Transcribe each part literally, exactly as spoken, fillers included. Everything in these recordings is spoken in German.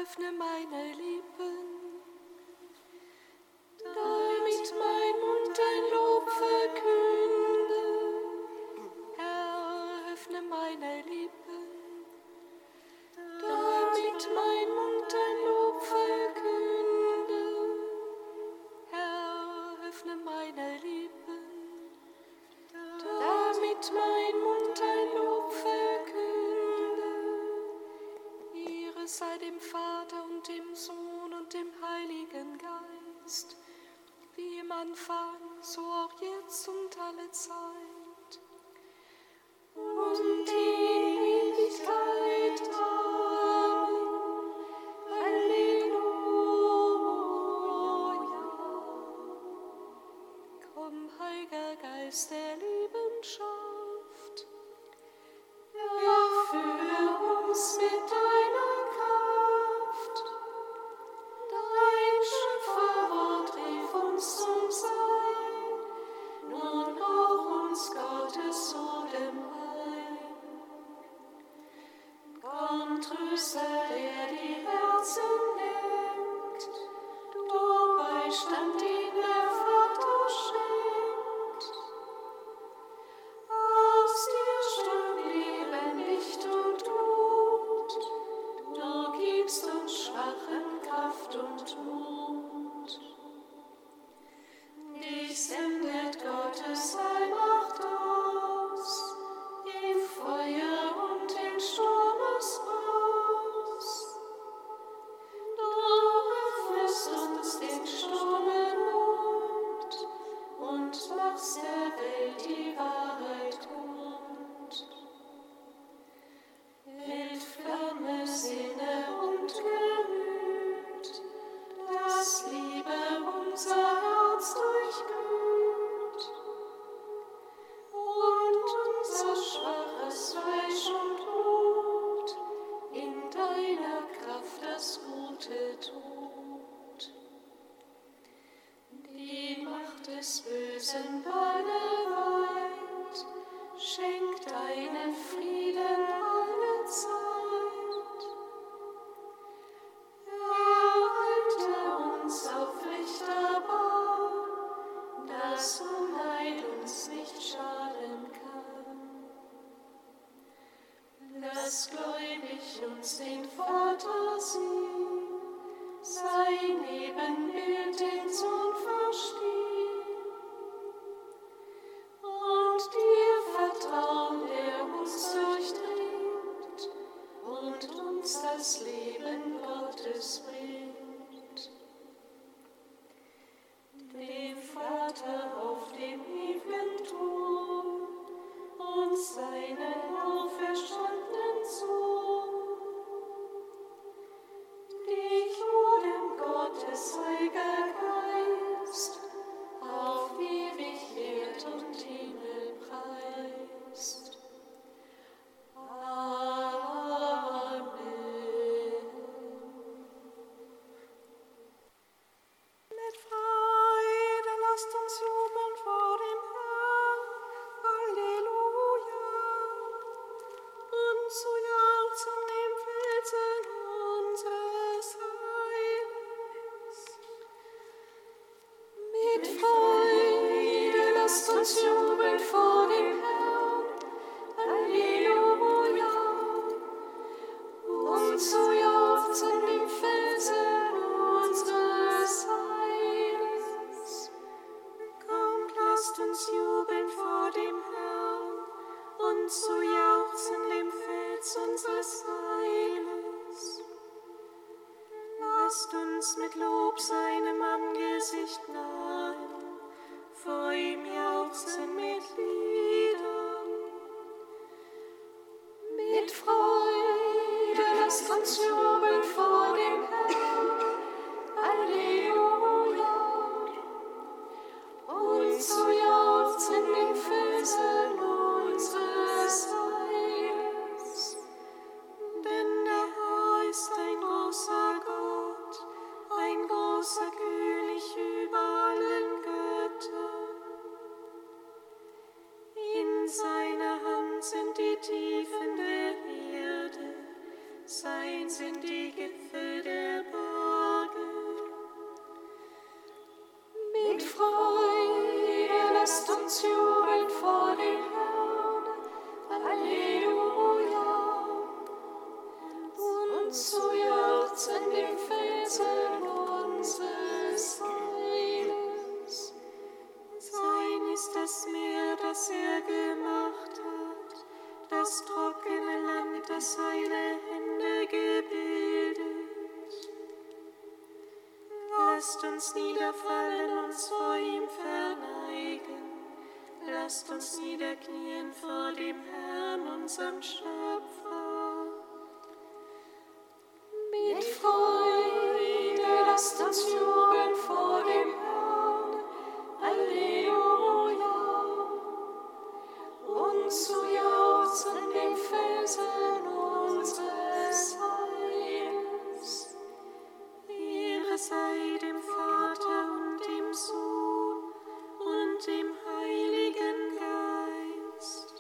öffne meine Lippen, damit mein Mund dein Lob verkünde. Herr, öffne meine Lippen, damit mein Mund dein Lob verkünde. Herr, öffne meine Lippen, damit mein Mund dein Lob verkünde. Ehre sei dem Vater und dem Sohn und dem Heiligen Geist, wie im Anfang, so auch jetzt und alle Zeit und die Ewigkeit. Amen. Halleluja. Komm, Heiliger Geist der Liebenschaft, erfülle uns mit deiner Kraft. Dein Schöpferwort rief uns zum Sein, nun auch uns Gottes Odem ein. Komm, Tröster, der die Herzen lenkt, du Beistand, den der Vater schenkt. Aus dir strömt Leben, Licht und Glut, du gibst uns Schwachen Kraft und Mut. Dich sendet Gottes Allmacht aus, in Feuer und in Sturmesbraus. Du öffnest uns den Sturmen Mund und machst der Welt die Wahrheit kund. Entflamme Sinne und Gemüt, dass Liebe unser Herz durchglüht und unser schwaches Fleisch und Blut in deiner Kraft das Gute tut. Die Macht des Bösen banne weit, schenk deinen Frieden alle Zeit. Erhalte uns aufrechter Bahn, dass Unheil uns nicht schaden kann. Lass gläubig uns den Vater sehen, sein Ebenbild den Sohn verstehen und dir vertrauen, der uns durchdringt und uns das Leben Gottes bringt. Dem Vater auf dem ewigen Thron und seinen auferstandenen Sohn, dich, o dem Gottes Heiliger Geist, auf ewig Erd und Himmel preist. Amen. Mit Freude lasst uns jubeln vor dem Herrn. Halleluja. Und zu jauchzen dem Felsen unseres Heils. Mit Freude lasst uns jubeln vor dem Herrn. Halleluja. Und zu jauchzen dem Felsen unseres Heils. Kommt, lasst uns jubeln vor dem Herrn und zu jauchzen dem Fels unseres Heiles. Lasst uns mit Lob seinem Angesicht nahen, vor ihm jauchzen mit Liedern. Mit Freude lasst uns jubeln vor dem Herrn. Halleluja. Und zu jauchzen dem Felsen unseres Heils. Denn der Herr ist ein großer Gott, ein großer König über allen Göttern. In seiner Hand sind die Tiefen der Erde, sein Dein sind die Gipfel der Berge. Mit Freude lasst uns jubeln vor dem Herrn. Halleluja. Und zu jauchzen dem Felsen unseres Heiles. Sein ist das Meer, das er gemacht hat, das trockene Land, das seine Hände gebildet. Lasst uns niederfallen, uns vor ihm verneigen. Lasst uns niederknien vor dem Herrn, unserem Schöpfer. Mit Freude lasst uns jubeln vor dem Herrn. Halleluja. Und zu jauchzen dem Felsen unseres Heils. Ehre sei dem Vater und dem Sohn und dem Heiligen Geist.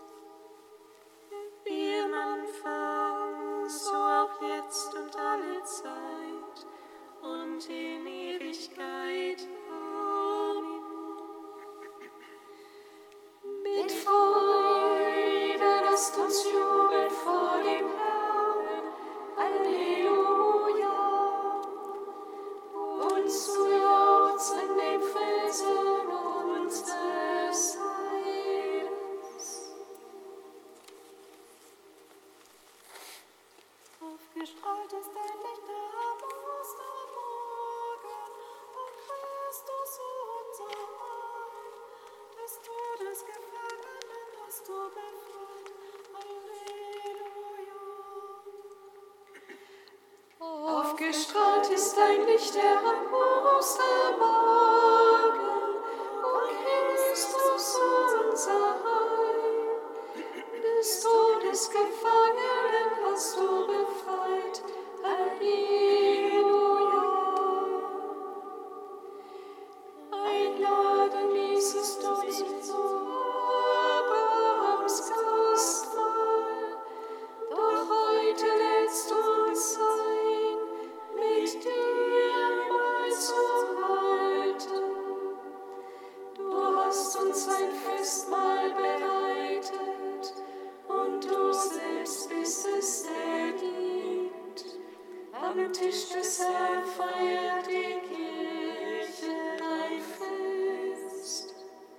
Wie im Anfang, so auch jetzt und alle Zeit und in Ewigkeit. Amen. Mit Freude lasst uns jubeln vor dem Herrn. Halleluja. Und zu jauchzen dem Felsen unseres Heils. Aufgestrahlt ist dein Licht am Ostermorgen, o Christus unser Heil. Des Todes Gefangenen hast du befreit. Halleluja. Aufgestrahlt ist dein Licht, Herr, am Ostermorgen, o Christus unser Heil. Des Todes Gefangenen hast du befreit. Halleluja. Einladen ließest du mich zu Abrahams Gastmahl, doch heute lädst du uns ein, mit dir Mahl zu halten. Du hast uns ein Festmahl bereitet, und du selbst bist es, der dient. Am Tisch des Herrn feiert die Kirche ein Fest.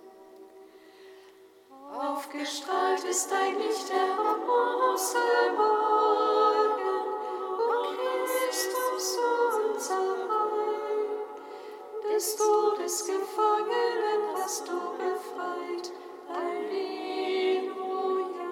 Aufgestrahlt ist dein Licht, Herr, am Ostermorgen, o Christus unser Heil. Des Todes Gefangenen hast du befreit. Halleluja.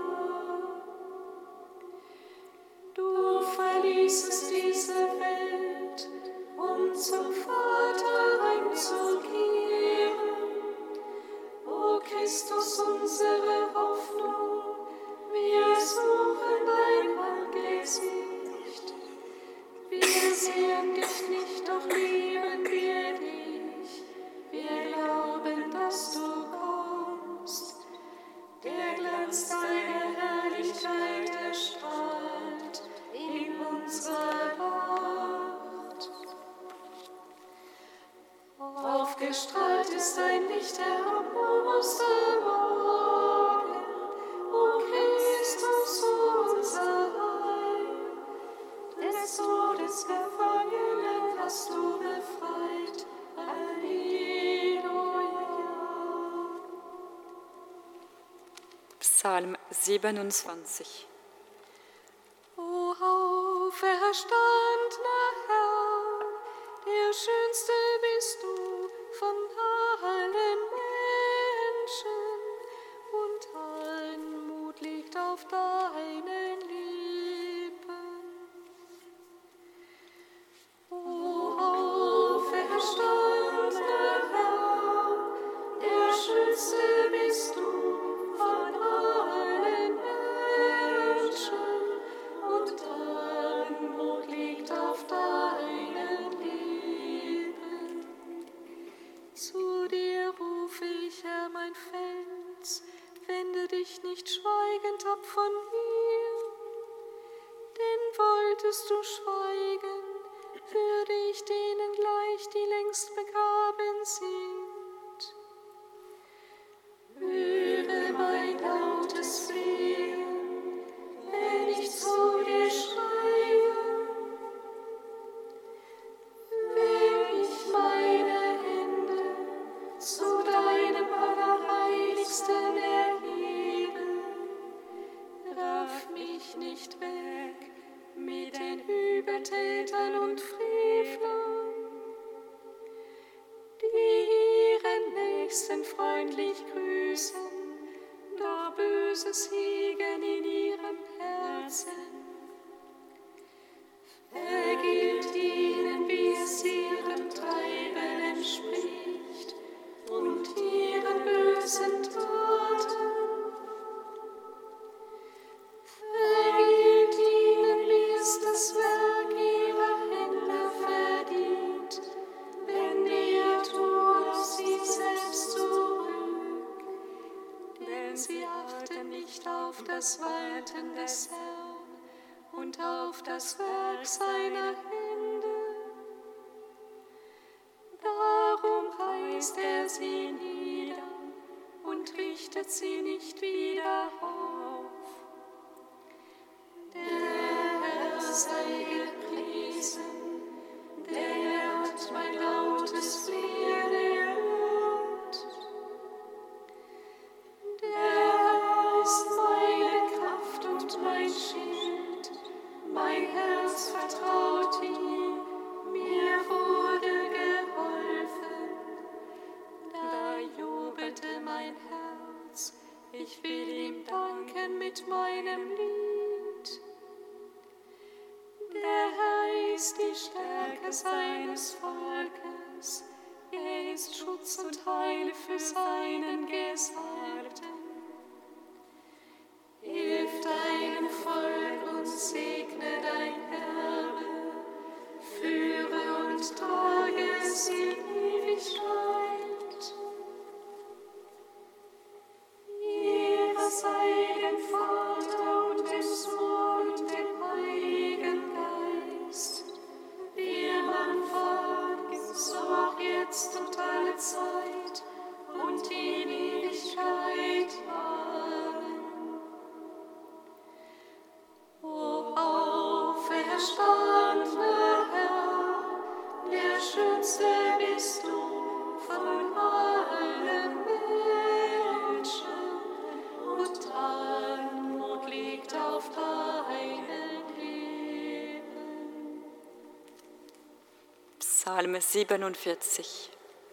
Du verließest diese Welt, um zum Vater heimzukehren. O Christus, unsere Hoffnung, wir suchen dein Angesicht. Wir sehen dich nicht, doch lieben wir dich. Wir glauben, dass du kommst. Der Glanz deiner Herrlichkeit erstrahlt in unserer Nacht. Aufgestrahlt ist dein Licht, Herr, am Ostermorgen, o Christus unser Heil. Des Todes Gefangenen hast du befreit. Halleluja. Psalm siebenundzwanzig. O auferstandener Herr, der Schönste bist du von allen Menschen, und allen Mut liegt auf deinen Lippen. O auferstandener Herr, der Schönste bist du von allen Menschen, und allen Mut liegt auf deinen Lippen. Zu dir rufe ich, Herr, mein Fels, wende dich nicht schweigend ab von mir, denn wohl solltest du schweigen, würde ich denen gleich, die längst begraben sind. Höre mein lautes Flehen, wenn ich zu dir schreie, wenn ich meine Hände zu deinem Allerheiligsten erhebe, raff mich nicht weg mit den Übeltätern und Frevlern, die ihren Nächsten freundlich grüßen, doch Böses hegen in ihrem Herzen. Vergilt ihnen, wie es ihrem Treiben entspricht, und ihren bösen Taten. Vergilt ihnen, wie es das Werk ihrer Hände verdient, wenn ihr Tod auf sie selbst zurück. Denn sie achten nicht auf das Walten des Herrn und auf das Werk seiner Hände. Darum reißt er sie nieder und richtet sie nicht wieder auf. Der Herr sei gepriesen, denn er hat mein lautes Flehen erhört. Der Herr ist meine Kraft und mein Schild, mein Herz vertraut ihm, mir wurde geholfen. Da jubelte mein Herz, ich will ihm danken mit meinem Lied. Der Herr ist die Stärke seines Volkes, er ist Schutz und Heil für seinen Gesalbten. Hilf deinem Volk und segne dein Erbe, führe und trage es in Ewigkeit. Ehre sei dem Vater und dem Sohn und dem Heiligen Geist, wie im Anfang, so auch jetzt und alle Zeit und in Ewigkeit. Amen. O auferstandener Herr, der Schönste bist du von allen Menschen, und Anmut liegt auf deinen Lippen. Psalm siebenundvierzig.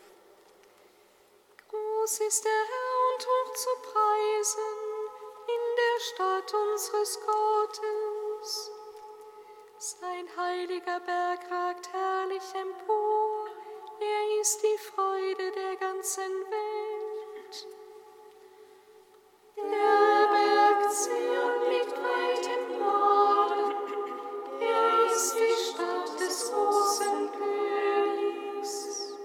Groß ist der Herr und hoch zu preisen in der Stadt unseres Gottes. Sein heiliger Berg ragt herrlich empor, er ist die Freude der ganzen Welt. Der Berg Zion liegt weit im Norden, er ist die Stadt des großen Königs.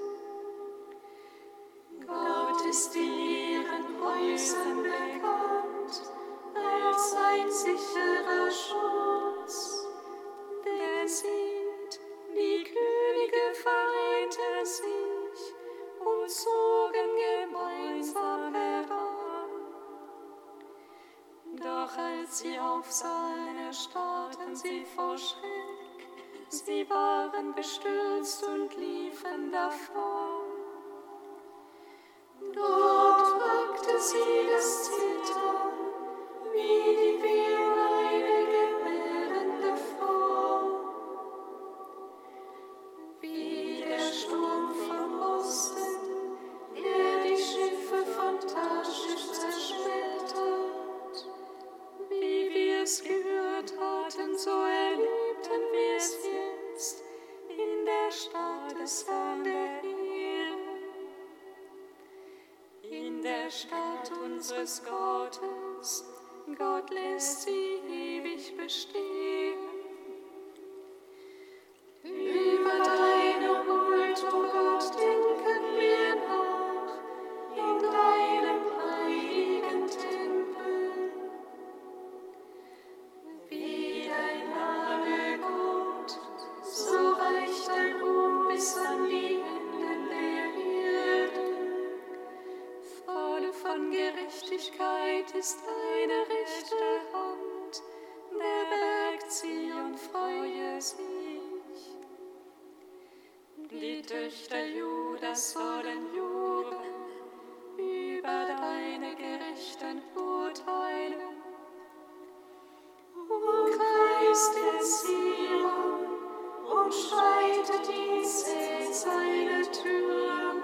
Gott ist in ihren Häusern bekannt als ein sicherer Schutz. Denn seht, die Könige vereinten sich und zogen gemeinsam heran. Doch als sie aufsahen, erstarrten sie vor Schreck, sie waren bestürzt und liefen davon. Dort wagte sie das Zittern, wie die Wehen eine gebärende Frau. Wie der Sturm vom Osten, der die Schiffe von Tarschisch zerschmettert. Wie wir es gehört hatten, so erlebten wir es jetzt in der Stadt des Herrn der Heere. In der Stadt unseres Gottes, Gott lässt sie ewig bestehen. Über deine Huld, o Gott, denken wir nach, in deinem heiligen Tempel. Wie dein Name, Gott, sich. Die Töchter Judas sollen jubeln über deine gerechten Urteile. Umkreist der Zion und schreitet ihn zählt seine Türme.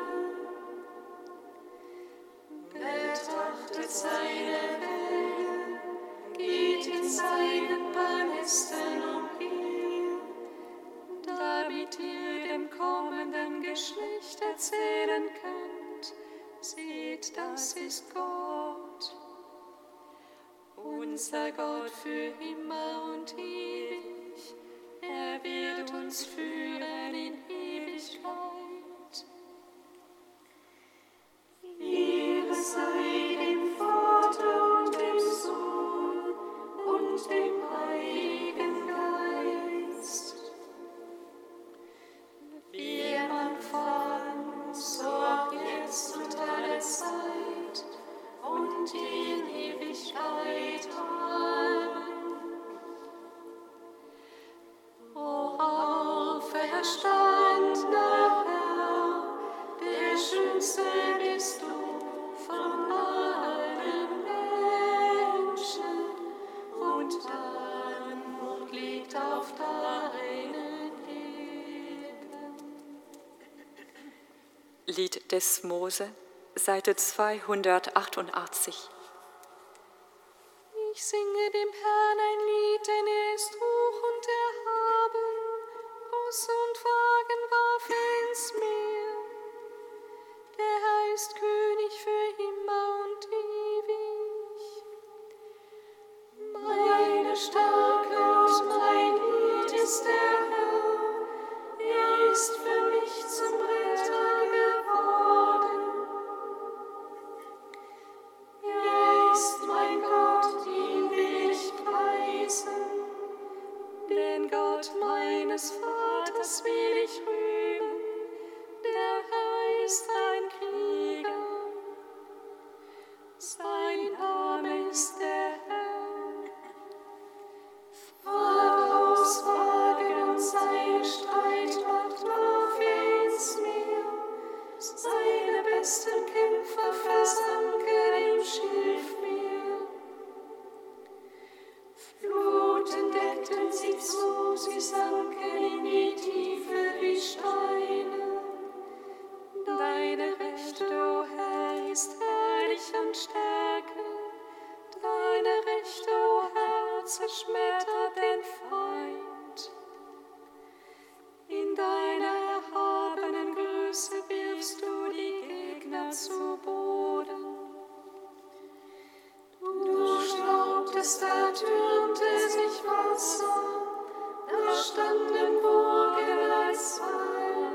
Betrachtet seine Wege, geht in seinen Palästen umher, damit ihr dem kommenden Geschlecht erzählen könnt, seht, das ist Gott. Unser Gott für immer und ewig, er wird uns führen in Ewigkeit. Ehre sei dem Vater und dem Sohn und dem Heiligen Geist. Wie am Anfang, so auch jetzt und alle Zeit und in Ewigkeit. Amen. O auferstandener Herr, der schönste bist du von allen Menschen, und dein Mund liegt auf deinen Lippen. Lied des Mose, Seite zweihundertachtundachtzig. Ich singe dem Herrn ein Lied, denn er ist hoch und erhaben. Ross und Wagen warf er ins Meer. Der Herr ist König für immer und ewig. Meine Stärke und mein Lied ist der Herr. Er ist für mich zum Retter geworden. Er ist mein Gott, ihn will ich preisen. Den Gott meines Vaters will ich rühmen. Der Herr ist ein Krieger. Sein Name ist der Herr. Pharaos Wagen und seine Streitmacht warf er ins Meer. Seine besten Kämpfer versanken im Schilfmeer. Fluten deckten sie zu, sie sanken in die Tiefe wie Steine. Deine Rechte, o Herr, ist herrlich an Stärke. Deine Rechte, o Herr, zerschmettert den Feind. In deiner erhabenen Größe wirfst du die Gegner zu Boden. Du schnaubtest, da türmte sich Wasser, da standen Burgen als Wall.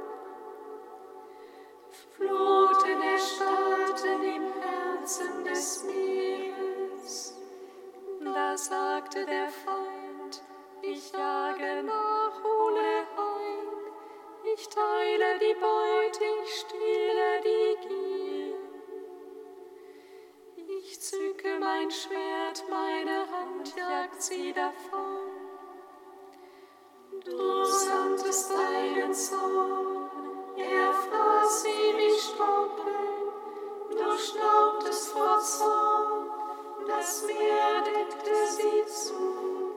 Fluten erstarrten im Herzen des Meeres. Da sagte der Feind, ich jage nach, hole ein. Ich teile die Beute, ich stehle die Gier. Ich zücke mein Schwert, meine Hand jagt sie davon. Du sandtest deinen Zorn, er fraß sie wie Stoppeln. Du schnaubtest vor Zorn, das Meer deckte sie zu.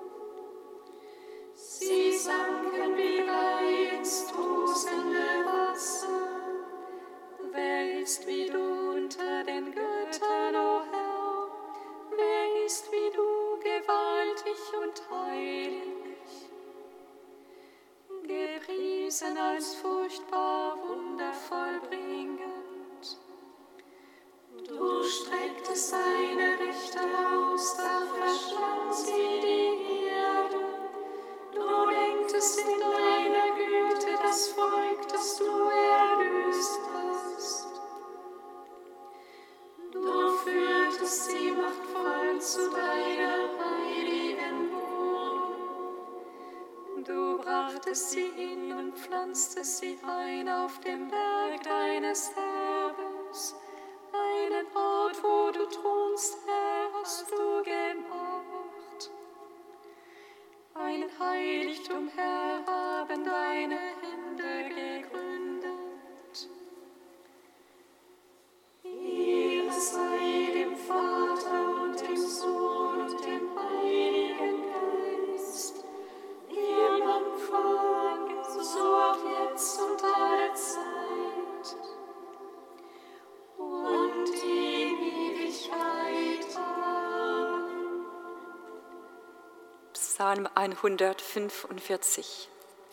Sie sanken wie Blei ins tosende Wasser. Wer ist wie du unter den Göttern, o Herr? Wer ist wie du, gewaltig und heilig? Gepriesen als furchtbar wundervoll bringend. Du strecktest deine Rechte aus, da verschlang sie die Erde. Du lenktest in deiner Güte das Volk, das du erlöst hast. Du führtest sie machtvoll zu deiner heiligen Wohnung. Du brachtest sie hin und pflanztest sie ein auf dem Berg deines Erbes. Einen Ort, wo du thronst, Herr, hast du gemacht. Dein Heiligtum, Herr, haben deine Hände gegründet. Ehre sei dem Vater und dem Sohn und dem Heiligen Geist, wie im Anfang, so auch jetzt und alle Zeit und in Ewigkeit. Amen. Psalm hundertfünfundvierzig.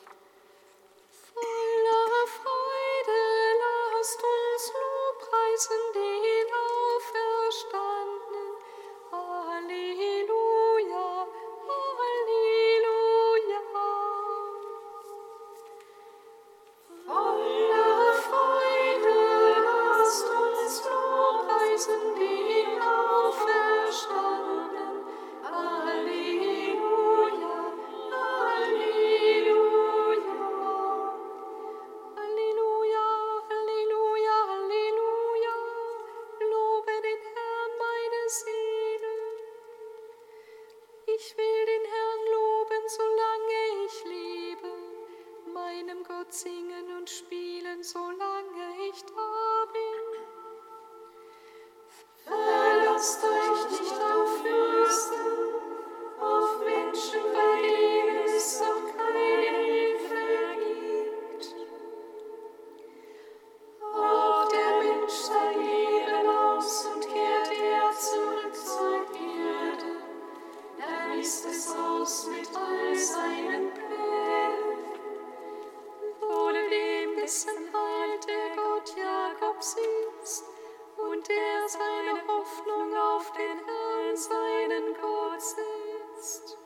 Voller Freude lasst uns lobpreisen den Auferstandenen. Halleluja, Halleluja. Voller Freude lasst uns lobpreisen den Auferstandenen. Halleluja, Halleluja. Halleluja, Halleluja, Halleluja. Lobe den Herrn, meine Seele. Ich will den Herrn loben, solange ich lebe, meinem Gott singen und spielen, solange ich da bin. Verlasst euch nicht auf Fürsten, auf Menschen, bei denen es auch keine Hilfe gibt. Auch der Mensch sein Leben aus und kehrt er zurück zur Erde, dann ist es aus mit all seinen Plänen. Wohl dem, dessen Halt der Gott Jakobs ist und der seine Hoffnung auf den Herrn, seinen Gott, setzt.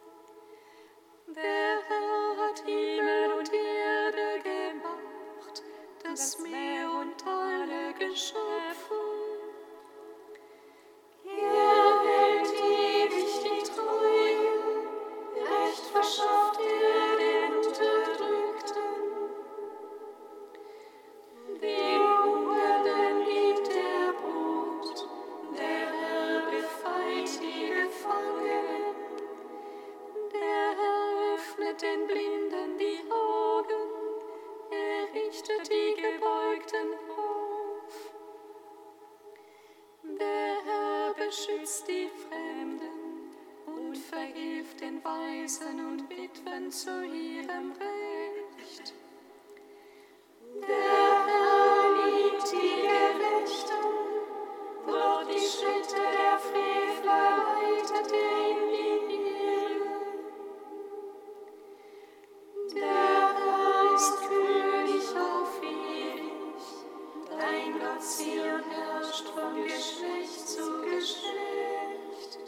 Der Herr hat Himmel und Erde gemacht, das Meer und alle Geschöpfe. Er hält ewig die Treue, Recht verschafft er den Unterdrückten. Den Hungernden gibt er Brot, der Herr befreit die Gefangenen. Der Herr öffnet den Blinden die Augen, er richtet die Gebeugten auf. Der Herr beschützt die Fremden und verhilft den Waisen und Witwen zu ihrem Recht. Der Herr liebt die Gerechten, doch die Schritte der Frevler leitet er in die Irre. Der Herr ist König auf ewig, dein Gott Zion herrscht von Geschlecht zu Geschlecht.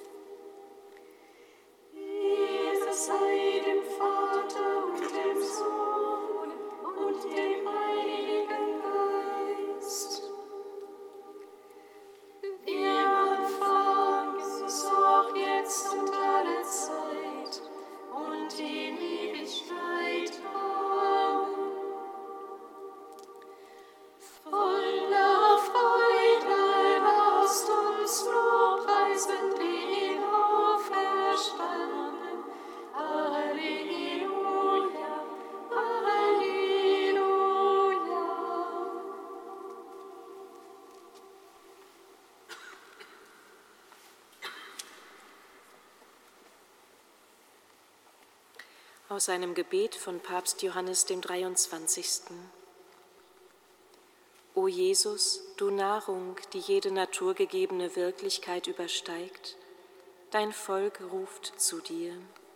Ehre sei dem Vater und dem Sohn und dem Heiligen Geist. Wie im Anfang, so auch jetzt und alle Zeit und in Ewigkeit. Amen. Voller Freude lasst uns lobpreisen den Auferstandenen. Halleluja, Halleluja. Aus einem Gebet von Papst Johannes dem dreiundzwanzigsten. O Jesus, du Nahrung, die jede naturgegebene Wirklichkeit übersteigt, dein Volk ruft zu dir.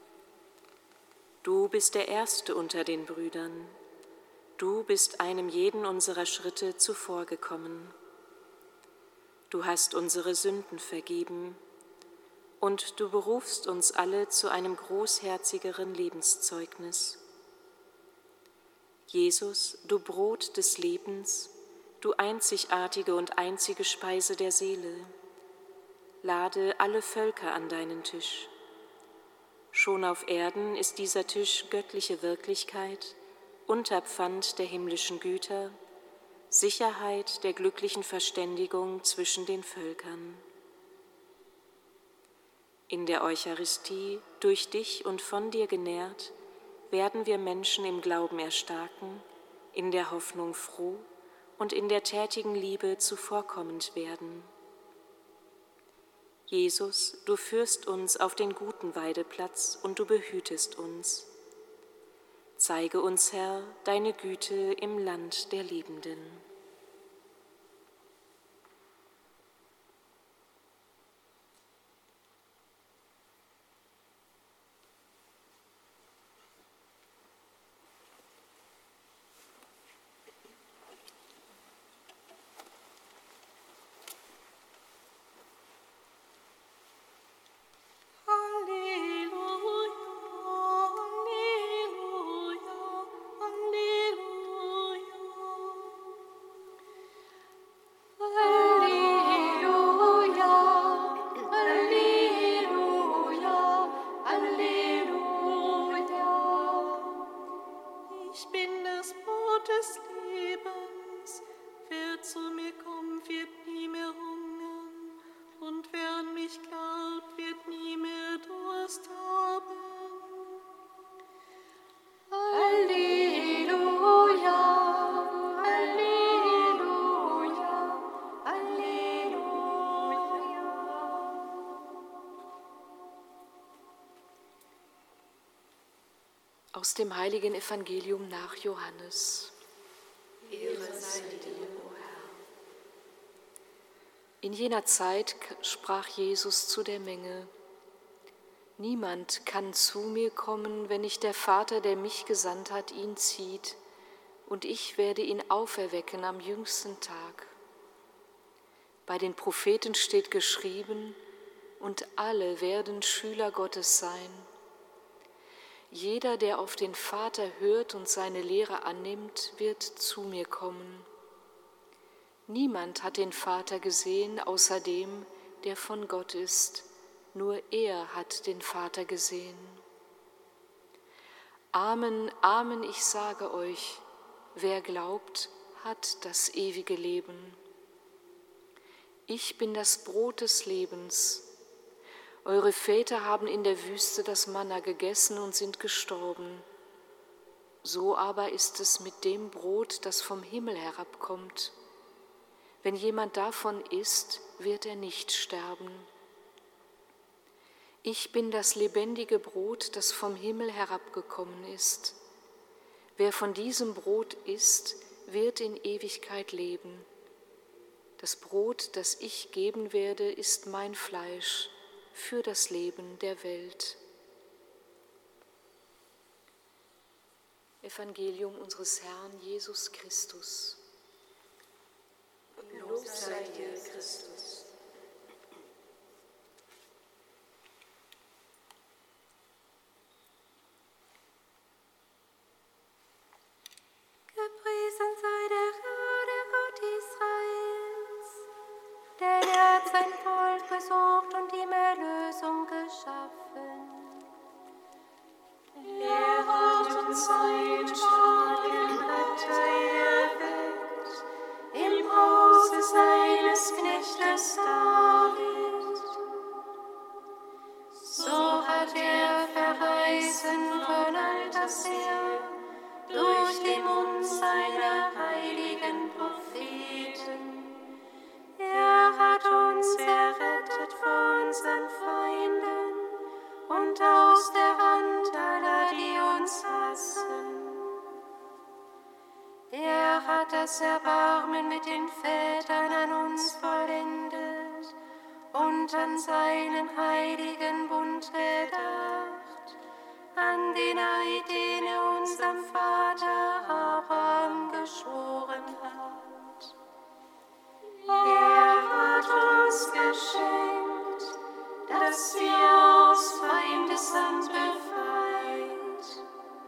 Du bist der Erste unter den Brüdern, du bist einem jeden unserer Schritte zuvorgekommen. Du hast unsere Sünden vergeben und du berufst uns alle zu einem großherzigeren Lebenszeugnis. Jesus, du Brot des Lebens, du einzigartige und einzige Speise der Seele, lade alle Völker an deinen Tisch. Schon auf Erden ist dieser Tisch göttliche Wirklichkeit, Unterpfand der himmlischen Güter, Sicherheit der glücklichen Verständigung zwischen den Völkern. In der Eucharistie, durch dich und von dir genährt, werden wir Menschen im Glauben erstarken, in der Hoffnung froh und in der tätigen Liebe zuvorkommend werden. Jesus, du führst uns auf den guten Weideplatz und du behütest uns. Zeige uns, Herr, deine Güte im Land der Liebenden. Aus dem heiligen Evangelium nach Johannes. Ehre sei dir, o Herr. In jener Zeit sprach Jesus zu der Menge: Niemand kann zu mir kommen, wenn nicht der Vater, der mich gesandt hat, ihn zieht, und ich werde ihn auferwecken am jüngsten Tag. Bei den Propheten steht geschrieben, und alle werden Schüler Gottes sein. Jeder, der auf den Vater hört und seine Lehre annimmt, wird zu mir kommen. Niemand hat den Vater gesehen, außer dem, der von Gott ist. Nur er hat den Vater gesehen. Amen, Amen, ich sage euch, wer glaubt, hat das ewige Leben. Ich bin das Brot des Lebens. Eure Väter haben in der Wüste das Manna gegessen und sind gestorben. So aber ist es mit dem Brot, das vom Himmel herabkommt. Wenn jemand davon isst, wird er nicht sterben. Ich bin das lebendige Brot, das vom Himmel herabgekommen ist. Wer von diesem Brot isst, wird in Ewigkeit leben. Das Brot, das ich geben werde, ist mein Fleisch für das Leben der Welt. Evangelium unseres Herrn Jesus Christus. Lob sei dir, Christus. Gepriesen sei der Herr, der Gott Israels, denn er hat sein Volk besucht und ihm Erlösung geschaffen. Er hat uns einen starken Retter erweckt, im Hause seines Knechtes David. So hat er verheißen von alters her, durch den Mund seiner heiligen Propheten. Er hat uns errettet vor unseren Feinden und aus der Hand aller, die uns hassen. Er hat das Erbarmen mit den Vätern an uns vollendet und an seinen heiligen Bund gedacht, an den Eid, den er unserem Vater Abraham geschworen hat. Er hat uns geschenkt, dass wir aus Feindeshand befreit,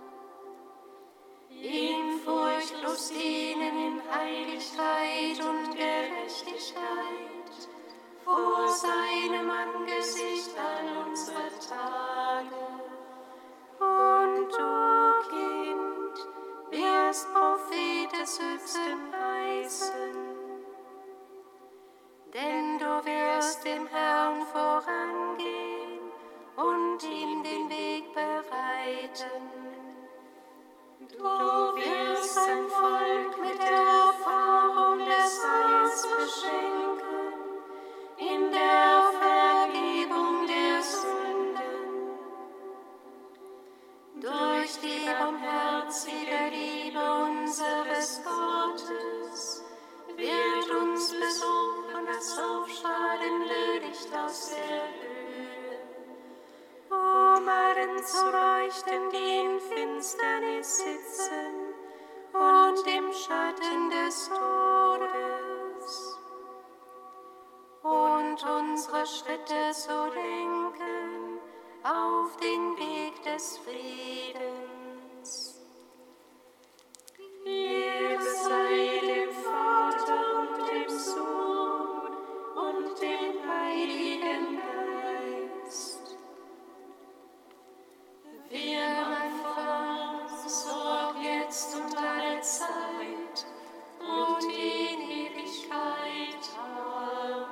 ihm furchtlos dienen in Heiligkeit und Gerechtigkeit vor seinem Angesicht all unsere Tage. Und du, Kind, wirst Prophet des Höchsten heißen, denn du wirst dem Herrn vorangehen Zeiten. Du wirst ein Volk mit der Erfahrung des Heils beschenken, in der Vergebung der Sünden. Durch die barmherzige Liebe unseres Gottes wird uns besuchen das aufstrahlende Licht aus der Höhe, um allen zu leuchten, die in Finsternis sitzen und im Schatten des Todes, und unsere Schritte zu lenken auf den Weg des Friedens. Ehre sei dem Vater und dem Sohn und dem Heiligen Geist, wie am Anfang, so auch jetzt und alle Zeit und in Ewigkeit. Amen.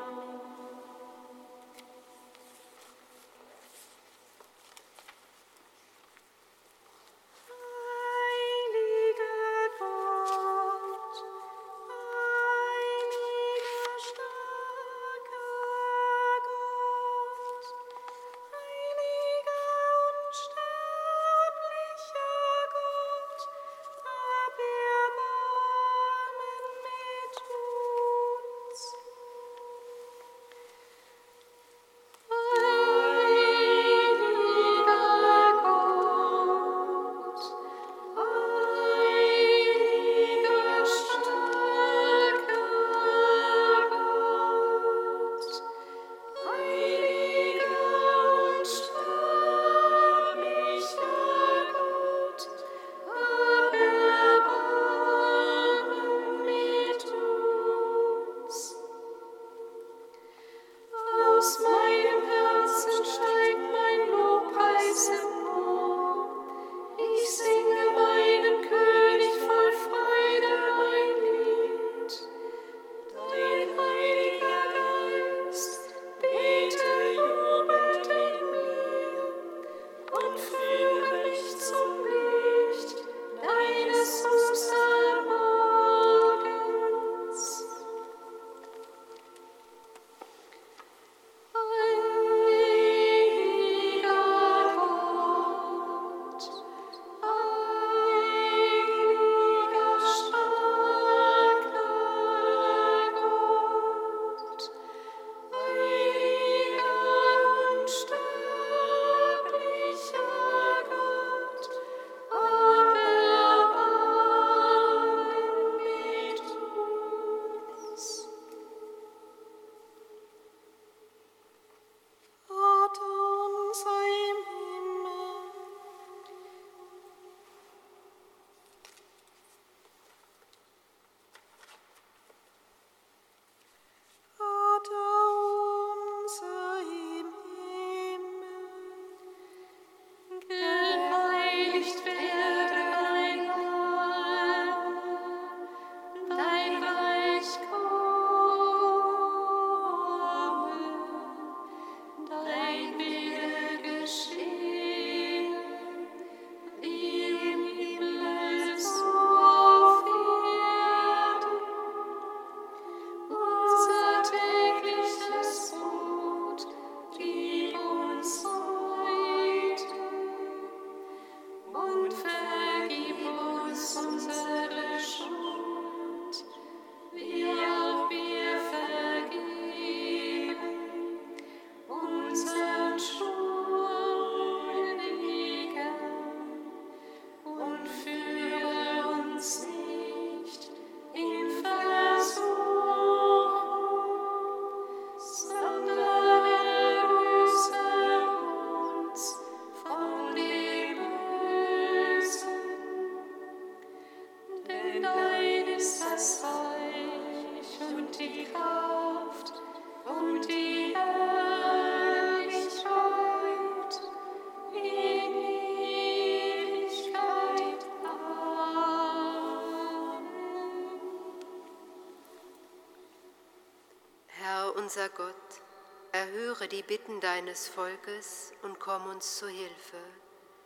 Unser Gott, erhöre die Bitten deines Volkes und komm uns zu Hilfe.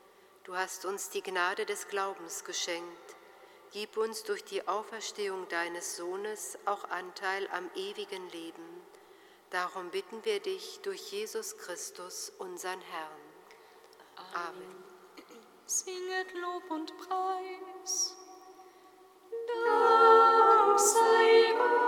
Du hast uns die Gnade des Glaubens geschenkt. Gib uns durch die Auferstehung deines Sohnes auch Anteil am ewigen Leben. Darum bitten wir dich durch Jesus Christus, unseren Herrn. Amen. Singet Lob und Preis. Dank sei Gott.